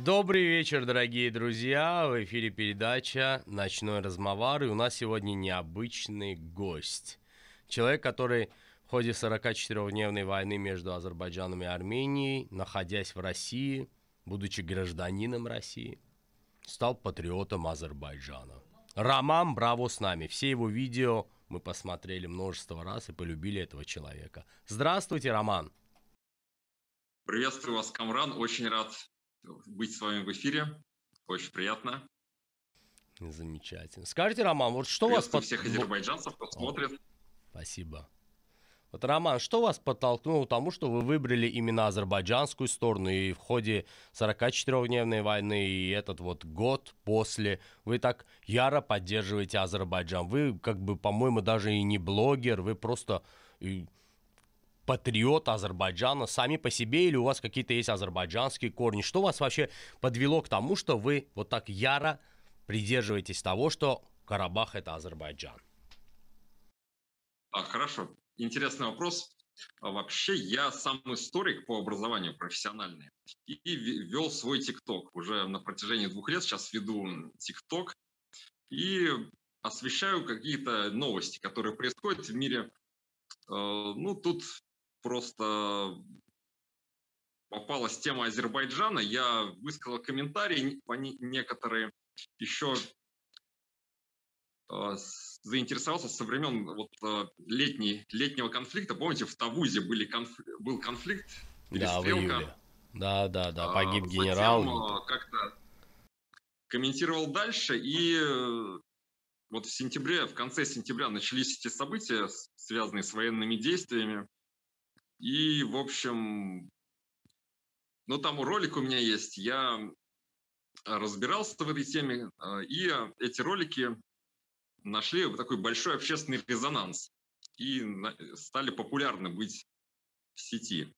Добрый вечер, дорогие друзья! В эфире передача «Ночной разговор», и у нас сегодня необычный гость. Человек, который в ходе 44-дневной войны между Азербайджаном и Арменией, находясь в России, будучи гражданином России, стал патриотом Азербайджана. Роман Браво с нами. Все его видео мы посмотрели множество раз и полюбили этого человека. Здравствуйте, Роман! Приветствую вас, Камран. Очень рад быть с вами в эфире. Очень приятно. Замечательно. Скажите, Роман, вот что вас... всех азербайджанцев, кто смотрит. Спасибо. Вот, Роман, что вас подтолкнуло к тому, что вы выбрали именно азербайджанскую сторону, и в ходе 44-дневной войны, и этот вот год после, вы так яро поддерживаете Азербайджан? Вы, как бы, по-моему, даже и не блогер, вы просто патриот Азербайджана сами по себе, или у вас какие-то есть азербайджанские корни? Что вас вообще подвело к тому, что вы вот так яро придерживаетесь того, что Карабах — это Азербайджан? Хорошо. Интересный вопрос. Вообще, я сам историк по образованию профессиональный и вел свой ТикТок. Уже на протяжении 2 лет сейчас веду ТикТок и освещаю какие-то новости, которые происходят в мире. Тут просто попалась тема Азербайджана. Я высказал комментарии, некоторые еще заинтересовался со времен летнего конфликта. Помните, в Тавузе был конфликт, перестрелка. Да, погиб генерал. Затем как-то комментировал дальше, и вот в конце сентября начались эти события, связанные с военными действиями. И, в общем, там ролик у меня есть, я разбирался в этой теме, и эти ролики нашли такой большой общественный резонанс и стали популярны быть в сети.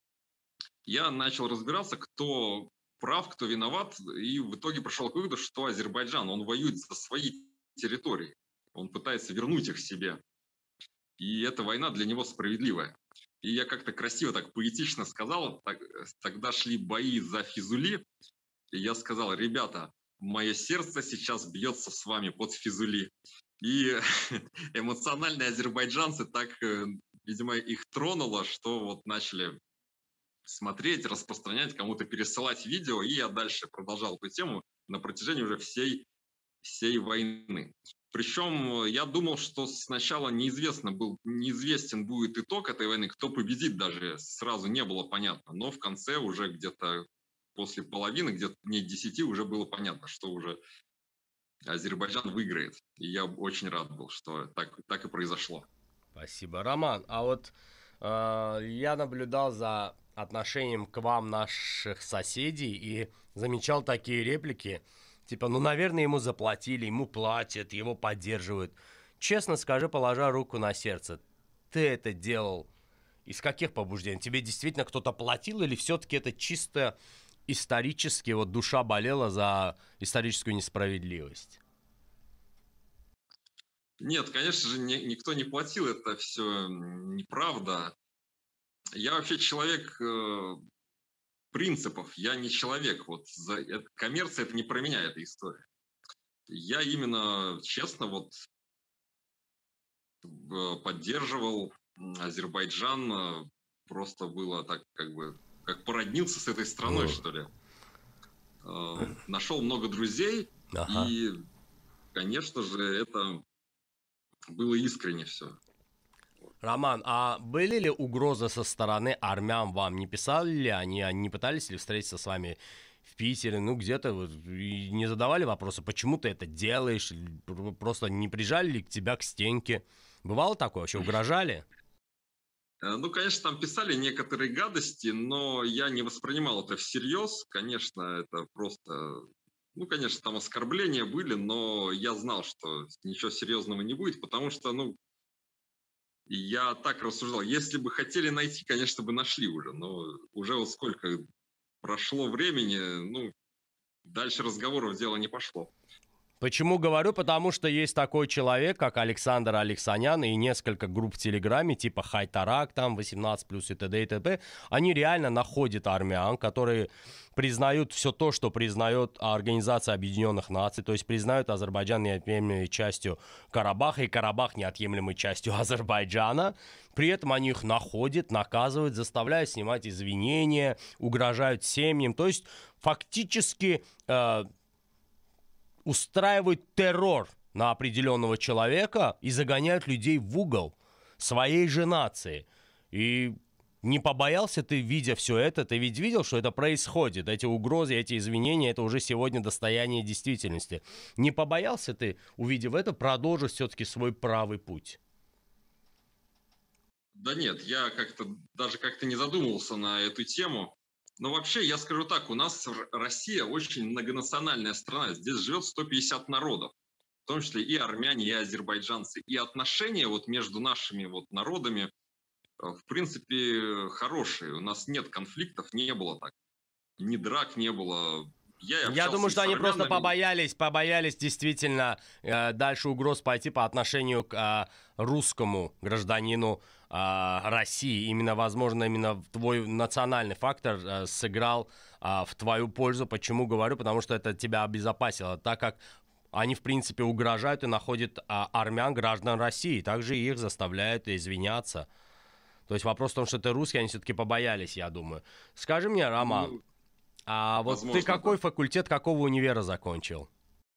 Я начал разбираться, кто прав, кто виноват, и в итоге пришел к выводу, что Азербайджан, он воюет за свои территории, он пытается вернуть их себе. И эта война для него справедливая. И я как-то красиво, так поэтично сказал, тогда шли бои за Физули, и я сказал: ребята, мое сердце сейчас бьется с вами под Физули. И эмоциональные азербайджанцы так, видимо, их тронуло, что вот начали смотреть, распространять, кому-то пересылать видео, и я дальше продолжал эту тему на протяжении уже всей войны. Причем я думал, что сначала неизвестен будет итог этой войны, кто победит, даже сразу не было понятно, но в конце уже где-то после половины, где-то дней 10 уже было понятно, что уже Азербайджан выиграет. И я очень рад был, что так и произошло. Спасибо, Роман. А вот я наблюдал за отношением к вам наших соседей и замечал такие реплики, типа, наверное, ему заплатили, ему платят, его поддерживают. Честно скажи, положа руку на сердце, ты это делал из каких побуждений? Тебе действительно кто-то платил, или все-таки это чисто исторически, вот душа болела за историческую несправедливость? Нет, конечно же, никто не платил, это все неправда. Я вообще человек принципов, я не человек. Коммерция — это не про меня, эта история. Я именно честно поддерживал Азербайджан, просто было так, как породнился с этой страной, что ли. Нашел много друзей, и, конечно же, это было искренне все. Роман, а были ли угрозы со стороны армян вам? Не писали ли они не пытались ли встретиться с вами в Питере, где-то, и не задавали вопросы, почему ты это делаешь, просто не прижали ли тебя к стенке? Бывало такое вообще, угрожали? Конечно, там писали некоторые гадости, но я не воспринимал это всерьез. Конечно, это просто... конечно, там оскорбления были, но я знал, что ничего серьезного не будет, потому что, я так рассуждал. Если бы хотели найти, конечно, бы нашли уже, но уже сколько прошло времени, дальше разговоров дело не пошло. Почему говорю? Потому что есть такой человек, как Александр Алексанян, и несколько групп в Телеграме, типа Хайтарак, там 18+, и т.д. и т.п. Они реально находят армян, которые признают все то, что признает Организация Объединенных Наций, то есть признают Азербайджан неотъемлемой частью Карабаха и Карабах неотъемлемой частью Азербайджана. При этом они их находят, наказывают, заставляют снимать извинения, угрожают семьям. То есть фактически устраивают террор на определенного человека и загоняют людей в угол своей же нации. И не побоялся ты, видя все это, ты ведь видел, что это происходит, эти угрозы, эти извинения, это уже сегодня достояние действительности. Не побоялся ты, увидев это, продолжить все-таки свой правый путь? Да нет, я даже как-то не задумывался на эту тему. Но вообще, я скажу так, у нас Россия очень многонациональная страна. Здесь живет 150 народов, в том числе и армяне, и азербайджанцы. И отношения вот между нашими вот народами, в принципе, хорошие. У нас нет конфликтов, не было так. Ни драк не было. Я думаю, что они просто побоялись действительно дальше угроз пойти по отношению к русскому гражданину России. Возможно, именно твой национальный фактор сыграл в твою пользу. Почему говорю? Потому что это тебя обезопасило, так как они, в принципе, угрожают и находят армян, граждан России. Также их заставляют извиняться. То есть вопрос в том, что ты русский, они все-таки побоялись, я думаю. Скажи мне, Роман, вот возможно, ты какой факультет, какого универа закончил?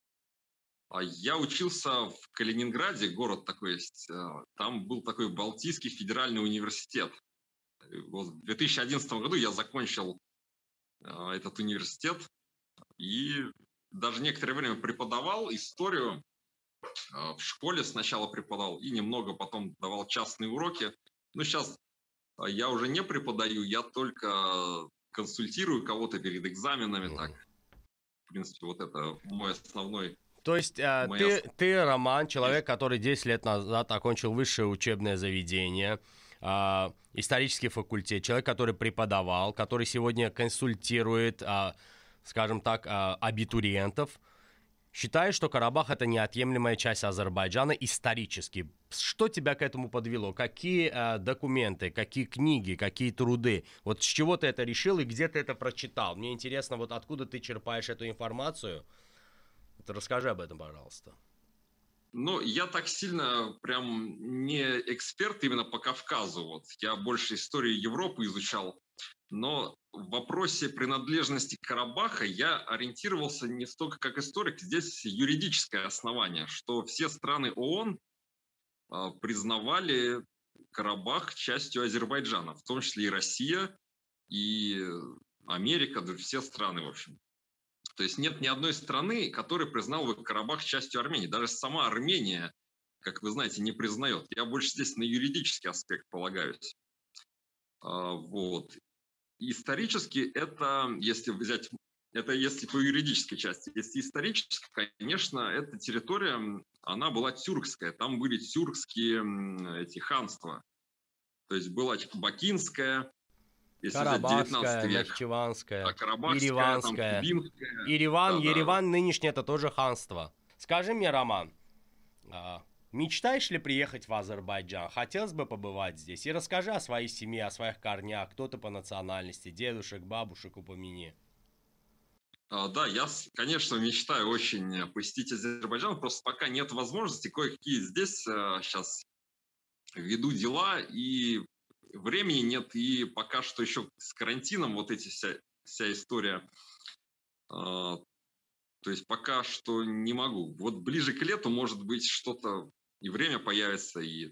Я учился в Калининграде, город такой есть. Там был такой Балтийский федеральный университет. Вот в 2011 году я закончил этот университет и даже некоторое время преподавал историю. В школе сначала преподавал и немного потом давал частные уроки. Но сейчас я уже не преподаю, я только консультирую кого-то перед экзаменами. Так. В принципе, вот это мой основной... То есть ты, Роман, человек, который 10 лет назад окончил высшее учебное заведение, исторический факультет, человек, который преподавал, который сегодня консультирует, скажем так, абитуриентов. Считаешь, что Карабах — это неотъемлемая часть Азербайджана исторически. Что тебя к этому подвело? Какие документы, какие книги, какие труды? Вот с чего ты это решил и где ты это прочитал? Мне интересно, вот откуда ты черпаешь эту информацию? Расскажи об этом, пожалуйста. Ну, я так сильно прям не эксперт именно по Кавказу. Вот. Я больше историю Европы изучал. Но в вопросе принадлежности Карабаха я ориентировался не столько как историк. Здесь юридическое основание, что все страны ООН признавали Карабах частью Азербайджана, в том числе и Россия, и Америка, да все страны, в общем. То есть нет ни одной страны, которая признала бы Карабах частью Армении. Даже сама Армения, как вы знаете, не признает. Я больше здесь на юридический аспект полагаюсь. Вот. Исторически это, если взять, это если по юридической части. Если исторически, конечно, эта территория, она была тюркская. Там были тюркские эти ханства. То есть была Бакинская, Карабахская, Нахчеванская, Ереванская. Ереван нынешний — это тоже ханство. Скажи мне, Роман, мечтаешь ли приехать в Азербайджан? Хотелось бы побывать здесь? И расскажи о своей семье, о своих корнях, кто ты по национальности, дедушек, бабушек упомяни. Да, я, конечно, мечтаю очень посетить Азербайджан, просто пока нет возможности, кое-какие здесь сейчас веду дела, и времени нет, и пока что еще с карантином вот эти вся история. То есть пока что не могу. Вот ближе к лету, может быть, что-то и время появится, и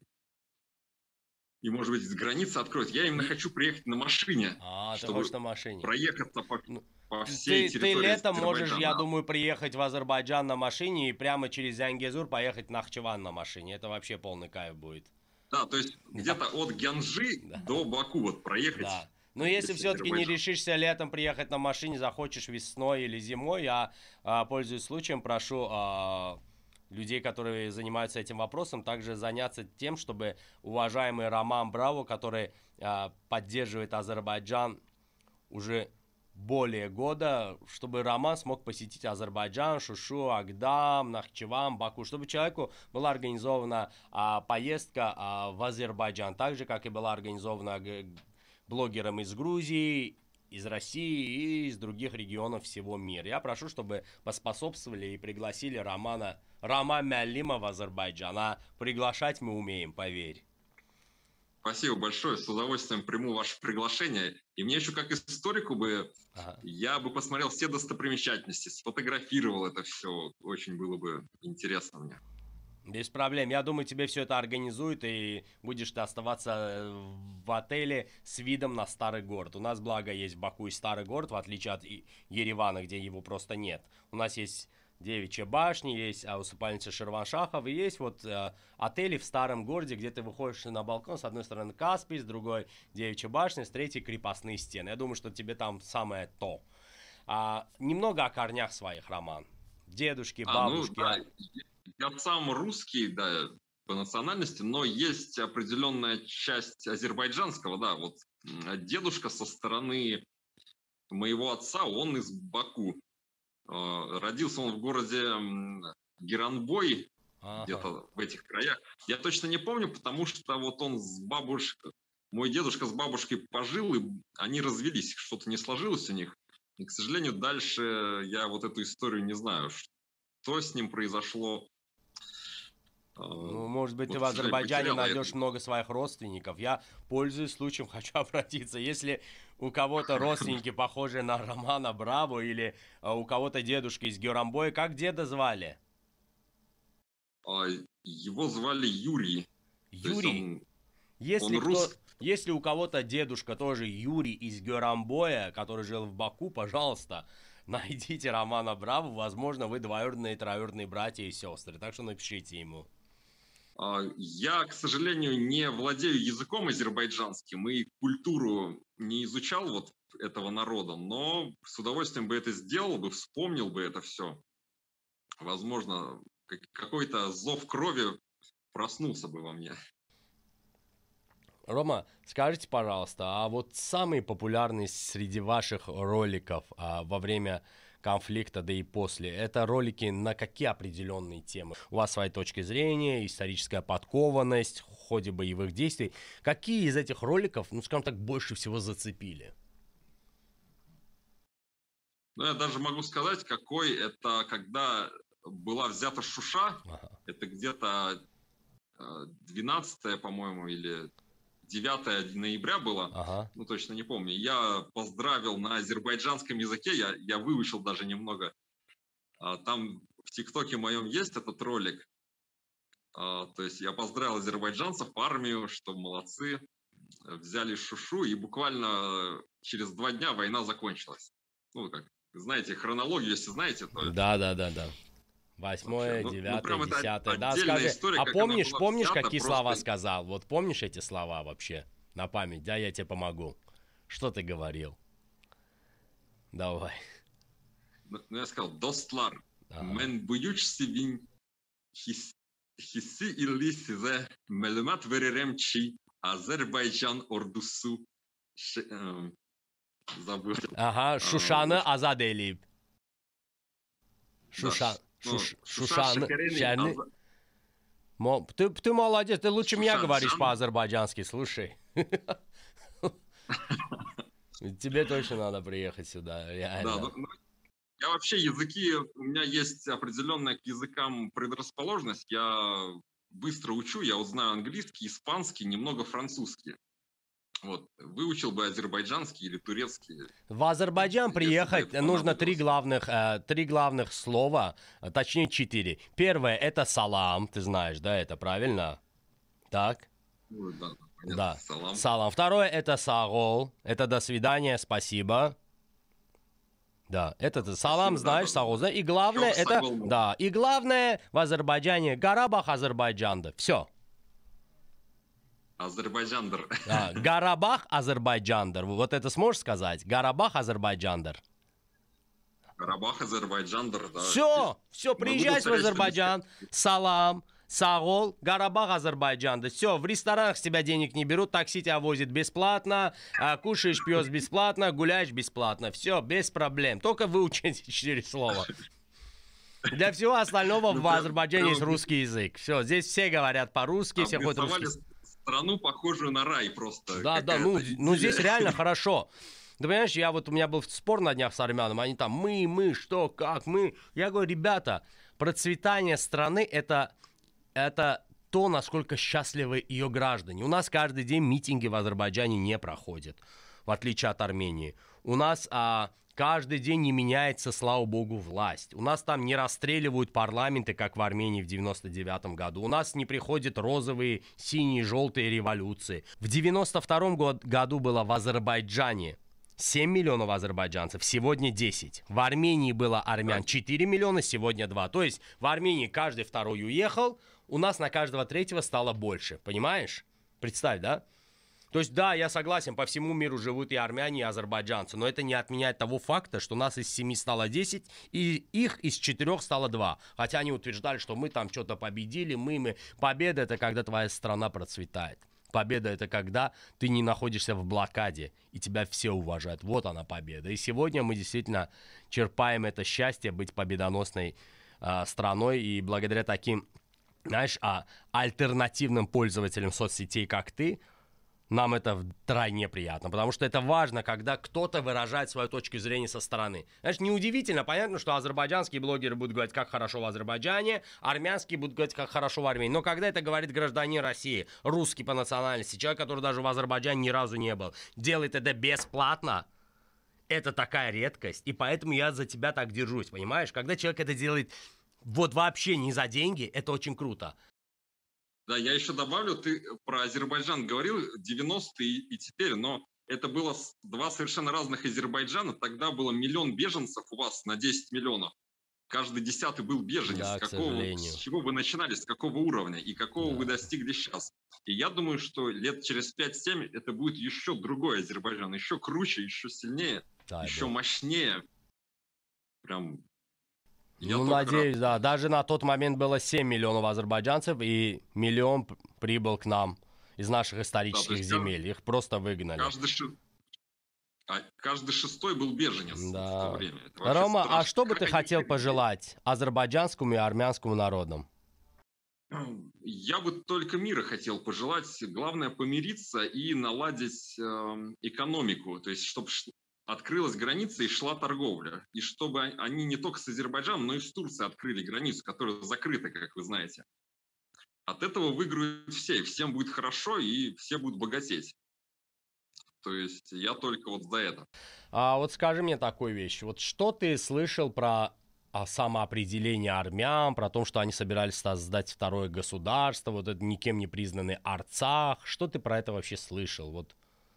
может быть, с границы откроют. Я именно хочу приехать на машине, чтобы на машине проехаться по всей территории Ты летом Азербайджана. можешь, я думаю, приехать в Азербайджан на машине и прямо через Зангезур поехать в Нахчеван на машине. Это вообще полный кайф будет. Да, то есть где-то от Гянджи до Баку вот проехать. Да. Но если все-таки не решишься летом приехать на машине, захочешь весной или зимой, я, пользуясь случаем, прошу людей, которые занимаются этим вопросом, также заняться тем, чтобы уважаемый Роман Браво, который поддерживает Азербайджан уже более года, чтобы Роман смог посетить Азербайджан, Шушу, Агдам, Нахчеван, Баку, чтобы человеку была организована поездка в Азербайджан, так же, как и была организована блогерам из Грузии, из России и из других регионов всего мира. Я прошу, чтобы поспособствовали и пригласили Рама Мялима в Азербайджан. А приглашать мы умеем, поверь. Спасибо большое, с удовольствием приму ваше приглашение. И мне еще как историку бы, я бы посмотрел все достопримечательности, сфотографировал это все. Очень было бы интересно мне. Без проблем. Я думаю, тебе все это организуют, и будешь ты оставаться в отеле с видом на старый город. У нас, благо, есть в Баку и старый город, в отличие от Еревана, где его просто нет. У нас есть Девичья башня, есть усыпальница Ширваншахов, и есть вот отели в старом городе, где ты выходишь на балкон, с одной стороны Каспий, с другой Девичья башня, с третьей крепостные стены. Я думаю, что тебе там самое то. Немного о корнях своих, Роман. Дедушки, бабушки. Ну, да. Я сам русский, да, по национальности, но есть определенная часть азербайджанского, да, вот дедушка со стороны моего отца, он из Баку. Родился он в городе Геранбой, где-то в этих краях. Я точно не помню, потому что вот он с бабушкой, мой дедушка с бабушкой пожил, и они развелись, что-то не сложилось у них. И, к сожалению, дальше я вот эту историю не знаю, что с ним произошло. Ну, может быть, вот ты в Азербайджане найдешь много своих родственников. Я, пользуясь случаем, хочу обратиться. Если у кого-то родственники похожи на Романа Браво или у кого-то дедушка из Геранбоя, как деда звали? Его звали Юрий. Юрий? Если у кого-то дедушка тоже Юрий из Геранбоя, который жил в Баку, пожалуйста, найдите Романа Браво. Возможно, вы двоюродные, троюродные братья и сестры. Так что напишите ему. Я, к сожалению, не владею языком азербайджанским и культуру не изучал вот этого народа, но с удовольствием бы это сделал бы, вспомнил бы это все. Возможно, какой-то зов крови проснулся бы во мне. Рома, скажите, пожалуйста, а вот самый популярный среди ваших роликов во время конфликта, да и после, это ролики на какие определенные темы? У вас своя точка зрения, историческая подкованность в ходе боевых действий. Какие из этих роликов, ну, скажем так, больше всего зацепили? Ну, я даже могу сказать, какой это, когда была взята Шуша, это где-то 12, по-моему, или 9 ноября было, ну точно не помню. Я поздравил на азербайджанском языке, я выучил даже немного. Там в ТикТоке моем есть этот ролик. То есть я поздравил азербайджанцев, армию, что молодцы, взяли Шушу, и буквально через 2 дня война закончилась. Ну, как, знаете, хронологию, если знаете, то... Да. 8, 9, 10. Да, скажи, история, помнишь, какие слова сказал? Вот помнишь эти слова вообще на память? Да, я тебе помогу. Что ты говорил? Давай. Ну, я сказал, достлар, мен буючsi вин hissi illi size malumat veririm ki Azerbaycan ordusu забыл. Şuşanı azad edip. Шушан, ты молодец, ты лучше меня говоришь по-азербайджански, слушай. Тебе точно надо приехать сюда, реально. Да, я вообще языки, у меня есть определенная к языкам предрасположенность, я быстро учу, я вот знаю английский, испанский, немного французский. Вот, выучил бы азербайджанский или турецкий. В Азербайджан приехать нужно три главных слова, точнее 4. Первое — это салам, ты знаешь, да, это правильно? Так? Да. Салам. Второе — это сагол, это до свидания, спасибо. Да, это салам, знаешь, сагол, знаешь. И главное это, да, и главное в Азербайджане Карабах, Азербайджанда. Все. Азербайджандер. Карабах, Азербайджандер. Вот это сможешь сказать? Карабах, Азербайджандер. Карабах, Азербайджандер, да. Все, приезжай в Азербайджан. Салам. Сагол, Карабах, Азербайджан. Да все, в ресторанах с тебя денег не берут, такси тебя возит бесплатно, кушаешь, пьешь бесплатно, гуляешь бесплатно. Все, без проблем. Только выучите 4 слова. Для всего остального в Азербайджане есть русский язык. Все, здесь все говорят по-русски, все ходят русский. Страну, похожую на рай просто. Да, ну здесь реально хорошо. Ты понимаешь, у меня был спор на днях с армянами, они там, мы, что, как, мы. Я говорю, ребята, процветание страны это то, насколько счастливы ее граждане. У нас каждый день митинги в Азербайджане не проходят, в отличие от Армении. У нас каждый день не меняется, слава богу, власть. У нас там не расстреливают парламенты, как в Армении в 99 году. У нас не приходят розовые, синие, желтые революции. В 92 году было в Азербайджане 7 миллионов азербайджанцев, сегодня 10. В Армении было армян 4 миллиона, сегодня 2. То есть в Армении каждый второй уехал, у нас на каждого третьего стало больше. Понимаешь? Представь, да? То есть, да, я согласен, по всему миру живут и армяне, и азербайджанцы, но это не отменяет того факта, что нас из 7 стало 10, и их из 4 стало 2. Хотя они утверждали, что мы там что-то победили, мы. Победа — это когда твоя страна процветает. Победа — это когда ты не находишься в блокаде, и тебя все уважают. Вот она победа. И сегодня мы действительно черпаем это счастье быть победоносной страной, и благодаря таким, знаешь, альтернативным пользователям соцсетей, как ты, нам это втройне приятно, потому что это важно, когда кто-то выражает свою точку зрения со стороны. Знаешь, неудивительно, понятно, что азербайджанские блогеры будут говорить, как хорошо в Азербайджане, армянские будут говорить, как хорошо в Армении. Но когда это говорит гражданин России, русский по национальности, человек, который даже в Азербайджане ни разу не был, делает это бесплатно, это такая редкость, и поэтому я за тебя так держусь, понимаешь? Когда человек это делает вот вообще не за деньги, это очень круто. Да, я еще добавлю, ты про Азербайджан говорил, 90-е и теперь, но это было два совершенно разных Азербайджана. Тогда было 1 миллион беженцев у вас на 10 миллионов. Каждый 10-й был беженец. Да, с чего вы начинали, с какого уровня и какого вы достигли сейчас? И я думаю, что лет через 5-7 это будет еще другой Азербайджан, еще круче, еще сильнее, еще мощнее. Прям... надеюсь, да. Даже на тот момент было 7 миллионов азербайджанцев, и 1 миллион прибыл к нам из наших исторических земель. Их просто выгнали. Каждый шестой был беженец в то время. Рома, страшно. А что бы ты хотел пожелать азербайджанскому и армянскому народам? Я бы только мира хотел пожелать. Главное помириться и наладить экономику. То есть, чтобы открылась граница и шла торговля. И чтобы они не только с Азербайджаном, но и с Турцией открыли границу, которая закрыта, как вы знаете. От этого выиграют все. Всем будет хорошо, и все будут богатеть. То есть я только вот за это. А вот скажи мне такую вещь. Вот что ты слышал про самоопределение армян, про то, что они собирались создать второе государство, вот это никем не признанный Арцах. Что ты про это вообще слышал? Вот.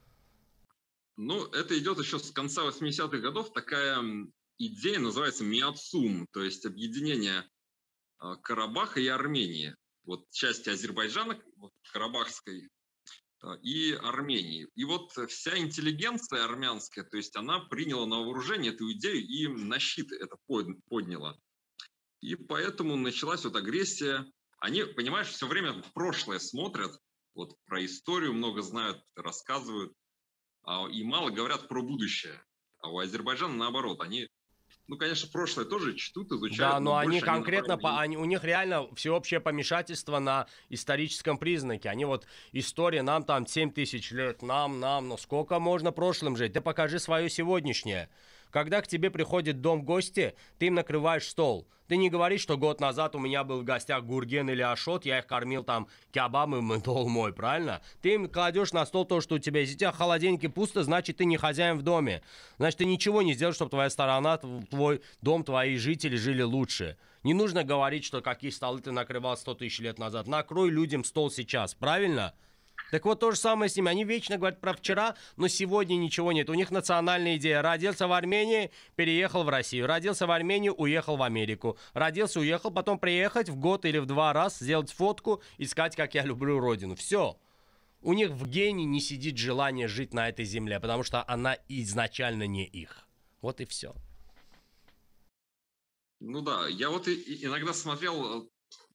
Ну, это идет еще с конца 80-х годов. Такая идея называется Миацум, то есть объединение Карабаха и Армении. Вот части Азербайджана, вот, Карабахской, и Армении. И вот вся интеллигенция армянская, то есть она приняла на вооружение эту идею и на щит это подняла. И поэтому началась вот агрессия. Они, понимаешь, все время в прошлое смотрят, вот про историю много знают, рассказывают, и мало говорят про будущее. А у Азербайджана наоборот, они... Ну, конечно, прошлое тоже чтут, изучают. Да, но они конкретно, у них реально всеобщее помешательство на историческом признаке. Они вот, история, нам там 7 тысяч лет, нам, но сколько можно прошлым жить? Ты покажи свое сегодняшнее. Когда к тебе приходит в дом гости, ты им накрываешь стол. Ты не говоришь, что год назад у меня был в гостях Гурген или Ашот, я их кормил там кебабом и долмой, правильно? Ты им кладешь на стол то, что у тебя есть. У тебя в холодильнике пусто, значит, ты не хозяин в доме. Значит, ты ничего не сделал, чтобы твоя сторона, твой дом, твои жители жили лучше. Не нужно говорить, что какие столы ты накрывал 100 тысяч лет назад. Накрой людям стол сейчас, правильно? Так вот, то же самое с ними. Они вечно говорят про вчера, но сегодня ничего нет. У них национальная идея. Родился в Армении, переехал в Россию. Родился в Армении, уехал в Америку. Родился, уехал, потом приехать в год или в 2 раза, сделать фотку и сказать, как я люблю родину. Все. У них в гене не сидит желание жить на этой земле, потому что она изначально не их. Вот и все. Ну да, я вот иногда смотрел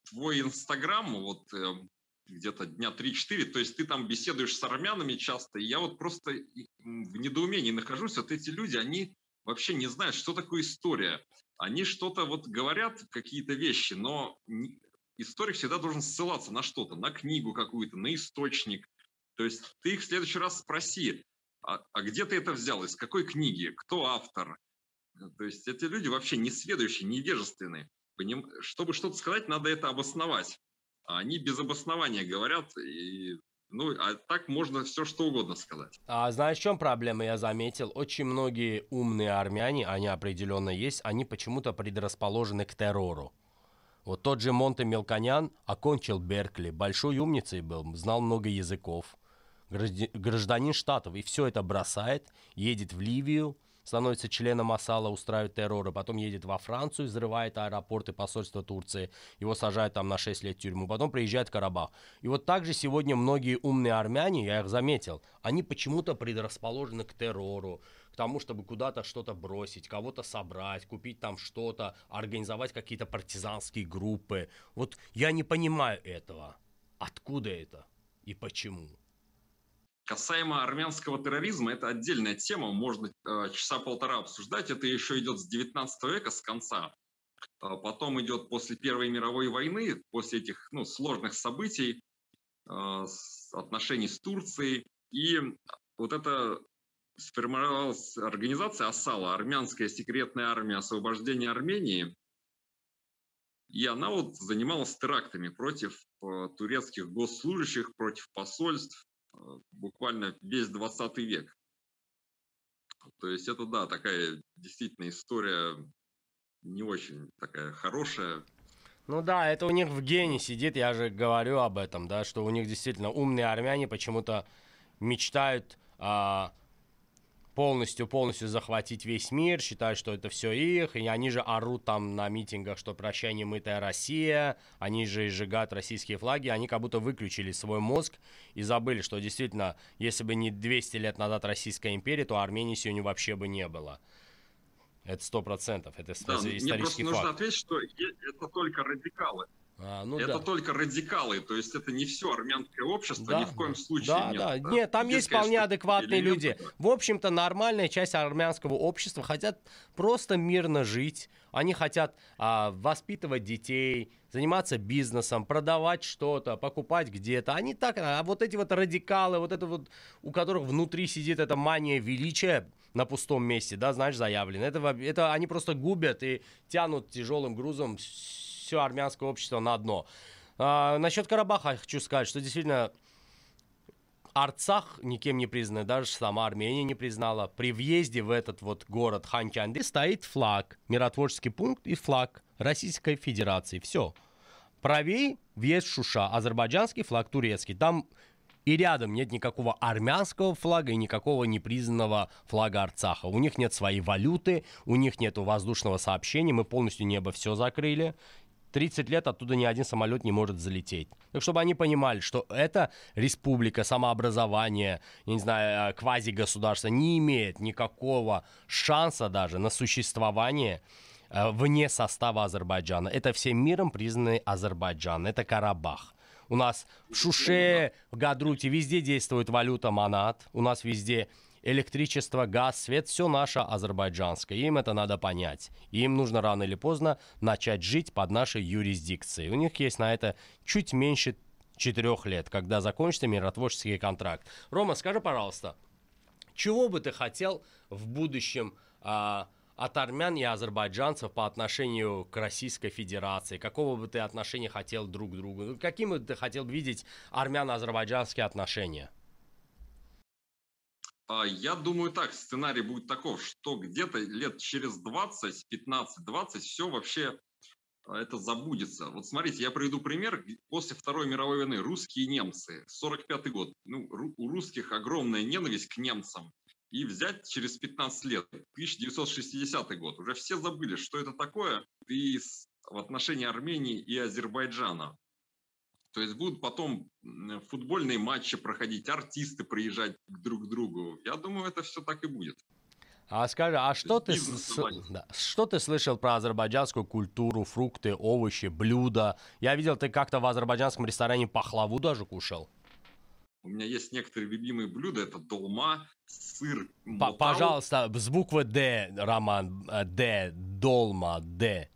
твой Инстаграм, вот где-то дня 3-4, то есть ты там беседуешь с армянами часто, и я вот просто в недоумении нахожусь. Вот эти люди, они вообще не знают, что такое история. Они что-то вот говорят, какие-то вещи, но историк всегда должен ссылаться на что-то, на книгу какую-то, на источник. То есть ты их в следующий раз спроси, а где ты это взял, из какой книги, кто автор? То есть эти люди вообще несведущие, невежественные. Чтобы что-то сказать, надо это обосновать. А они без обоснования говорят, а так можно все что угодно сказать. А знаешь, в чем проблема, я заметил? Очень многие умные армяне, они определенно есть, они почему-то предрасположены к террору. Вот тот же Монте Мелконян окончил Беркли, большой умницей был, знал много языков, гражданин Штатов, и все это бросает, едет в Ливию, становится членом Асала, устраивает террор, и потом едет во Францию, взрывает аэропорты посольства Турции, его сажают там на 6 лет в тюрьму, потом приезжает в Карабах. И вот также сегодня многие умные армяне, я их заметил, они почему-то предрасположены к террору, к тому, чтобы куда-то что-то бросить, кого-то собрать, купить там что-то, организовать какие-то партизанские группы. Вот я не понимаю этого. Откуда это и почему? Касаемо армянского терроризма, это отдельная тема, можно часа полтора обсуждать. Это еще идет с 19 века, с конца. Потом идет после Первой мировой войны, после этих сложных событий, отношений с Турцией. И вот это сформировалась организация Асала, Армянская секретная армия освобождения Армении. И она вот занималась терактами против турецких госслужащих, против посольств, буквально весь 20 век. То есть это, да, такая действительно история не очень такая хорошая. Ну да, это у них в гене сидит, я же говорю об этом, да, что у них действительно умные армяне почему-то мечтают полностью захватить весь мир, считают, что это все их, и они же орут там на митингах, что «прощай, немытая Россия», они же сжигают российские флаги, они как будто выключили свой мозг и забыли, что действительно, если бы не 200 лет назад Российская империя, то Армении сегодня вообще бы не было. Это 100%, это Да, исторический мне просто факт. нужно ответить, что это только радикалы. Это только радикалы, то есть это не все армянское общество, да, ни в коем случае нет. Да. Нет, там есть вполне адекватные люди. В общем-то, нормальная часть армянского общества хотят просто мирно жить. Они хотят воспитывать детей, заниматься бизнесом, продавать что-то, покупать где-то. Они так, а вот эти вот радикалы, вот это вот, у которых внутри сидит эта мания величия на пустом месте, да, знаешь, заявлено. Это они просто губят и тянут тяжелым грузом все армянское общество на дно. Насчет Карабаха хочу сказать, что действительно Арцах никем не признан, даже сама Армения не признала. При въезде в этот вот город Ханкянди стоит флаг, миротворческий пункт и флаг Российской Федерации. Все. Правее въезд Шуша, азербайджанский флаг, турецкий. Там и рядом нет никакого армянского флага и никакого непризнанного флага Арцаха. У них нет своей валюты, у них нет воздушного сообщения, мы полностью небо все закрыли. 30 лет оттуда ни один самолет не может залететь. Так чтобы они понимали, что эта республика, самообразование, я не знаю, квазигосударство не имеет никакого шанса даже на существование вне состава Азербайджана. Это всем миром признанный Азербайджан, это Карабах. У нас в Шуше, в Гадруте везде действует валюта манат, у нас везде электричество, газ, свет, все наше азербайджанское. Им это надо понять. И им нужно рано или поздно начать жить под нашей юрисдикцией. У них есть на это чуть меньше 4 лет, когда закончится миротворческий контракт. Рома, скажи, пожалуйста, чего бы ты хотел в будущем от армян и азербайджанцев по отношению к Российской Федерации? Какого бы ты отношения хотел друг к другу? Каким бы ты хотел видеть армяно-азербайджанские отношения? Я думаю так, сценарий будет таков, что где-то лет через 20, 15-20 все вообще это забудется. Вот смотрите, я приведу пример. После Второй мировой войны русские и немцы, 45-й год, у русских огромная ненависть к немцам. И взять через 15 лет, 1960 год, уже все забыли, что это такое, и в отношении Армении и Азербайджана. То есть будут потом футбольные матчи проходить, артисты приезжать друг к другу. Я думаю, это все так и будет. А скажи, а что ты, Бизнес наладить. да, что ты слышал про азербайджанскую культуру, фрукты, овощи, блюда? Я видел, ты как-то в азербайджанском ресторане пахлаву даже кушал. У меня есть некоторые любимые блюда. Это долма, сыр, мотал. Пожалуйста, с буквы Д, Роман, Д, долма, Д.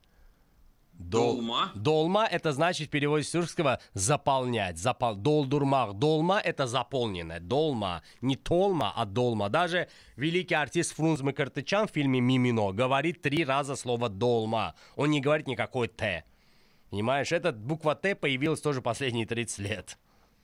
Долма. Долма это значит в переводе с тюркского заполнять. Долдурмах. Долма это заполненное. Долма. Не толма, а долма. Даже великий артист Фрунз Мыкыртычан в фильме «Мимино» говорит 3 раза слово долма. Он не говорит никакой Т. Понимаешь, эта буква Т появилась тоже последние 30 лет.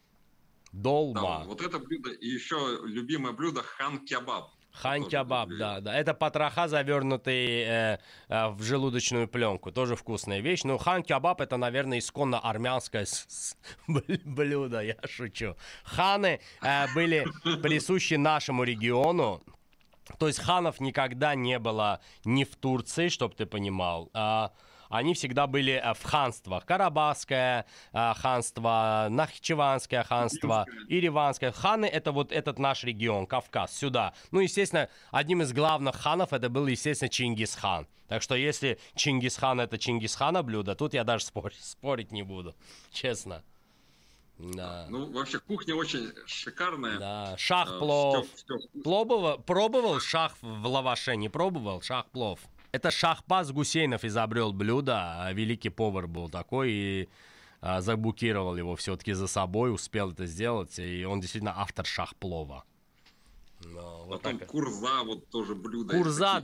Долма. Да, вот это блюдо. И еще любимое блюдо хан-кебаб. Хан-кебаб, да. Это потроха, завернутые в желудочную пленку. Тоже вкусная вещь. Но хан-кебаб это, наверное, исконно армянское блюдо. Я шучу. Ханы были присущи нашему региону. То есть ханов никогда не было ни в Турции, чтобы ты понимал. Они всегда были в ханствах. Карабахское ханство, Нахичеванское ханство, Ереванское. Ханы — это вот этот наш регион, Кавказ, сюда. Ну, естественно, одним из главных ханов это был, естественно, Чингисхан. Так что если Чингисхан — это Чингисхана блюдо, тут я даже спорить не буду, честно. Да. Ну, вообще, кухня очень шикарная. Да, шах-плов. Пробовал шах в лаваше? Не пробовал? Шах-плов. Это Шахбаз Гусейнов изобрел блюдо, великий повар был такой, и забукировал его все-таки за собой, успел это сделать, и он действительно автор шах-плова. Вот потом курза, вот тоже блюдо. Курза,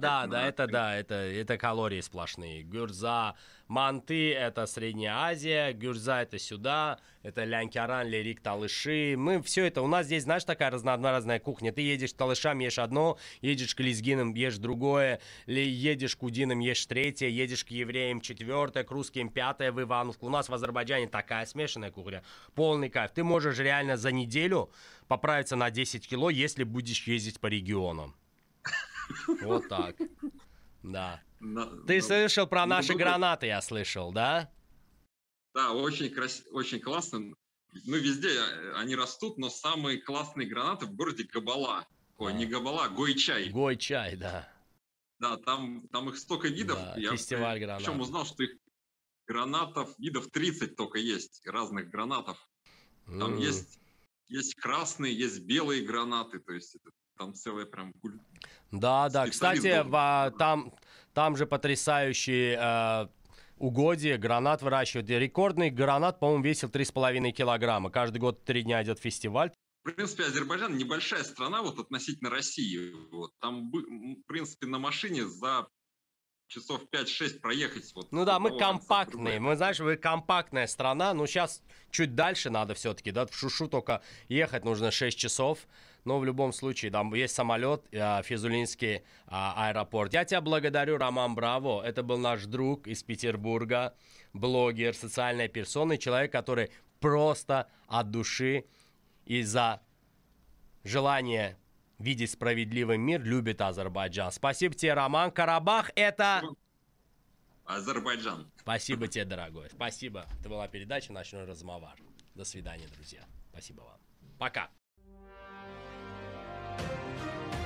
это калории сплошные. Гюрза, манты — это Средняя Азия, гюрза — это сюда, это лянкяран, лерик, талыши. Мы все это, у нас здесь, знаешь, такая разнообразная кухня. Ты едешь к талышам, ешь одно, едешь к лезгинам, ешь другое, едешь к удинам, ешь третье, едешь к евреям четвертое, к русским пятое, в Ивановску. У нас в Азербайджане такая смешанная кухня, полный кайф. Ты можешь реально за неделю поправиться на 10 кило, если будешь ездить по регионам. Вот так. Да. Ты слышал про наши гранаты, я слышал, да? Да, очень классно. Ну, везде они растут, но самые классные гранаты в городе Габала. Ой, не Габала, Гойчай. Гойчай, да. Да, там их столько видов. Да, фестиваль гранат. Причем узнал, что их гранатов, видов 30 только есть, разных гранатов. Там есть красные, есть белые гранаты, то есть это, там целая прям... Да, кстати, там же потрясающие угодья, гранат выращивают. Рекордный гранат, по-моему, весил 3,5 килограмма. Каждый год 3 дня идет фестиваль. В принципе, Азербайджан небольшая страна вот относительно России. Вот. Там, в принципе, на машине за часов 5-6 проехать. Вот, ну да, мы компактные. Мы, знаешь, вы компактная страна. Ну, сейчас чуть дальше надо все-таки. Да, в Шушу только ехать нужно 6 часов. Но в любом случае, там есть самолет, Физулинский аэропорт. Я тебя благодарю, Роман Браво. Это был наш друг из Петербурга, блогер, социальная персона, человек, который просто от души из-за желания видеть справедливый мир любит Азербайджан. Спасибо тебе, Роман. Карабах — это... Азербайджан. Спасибо тебе, дорогой. Спасибо. Это была передача «Ночной разговор». До свидания, друзья. Спасибо вам. Пока.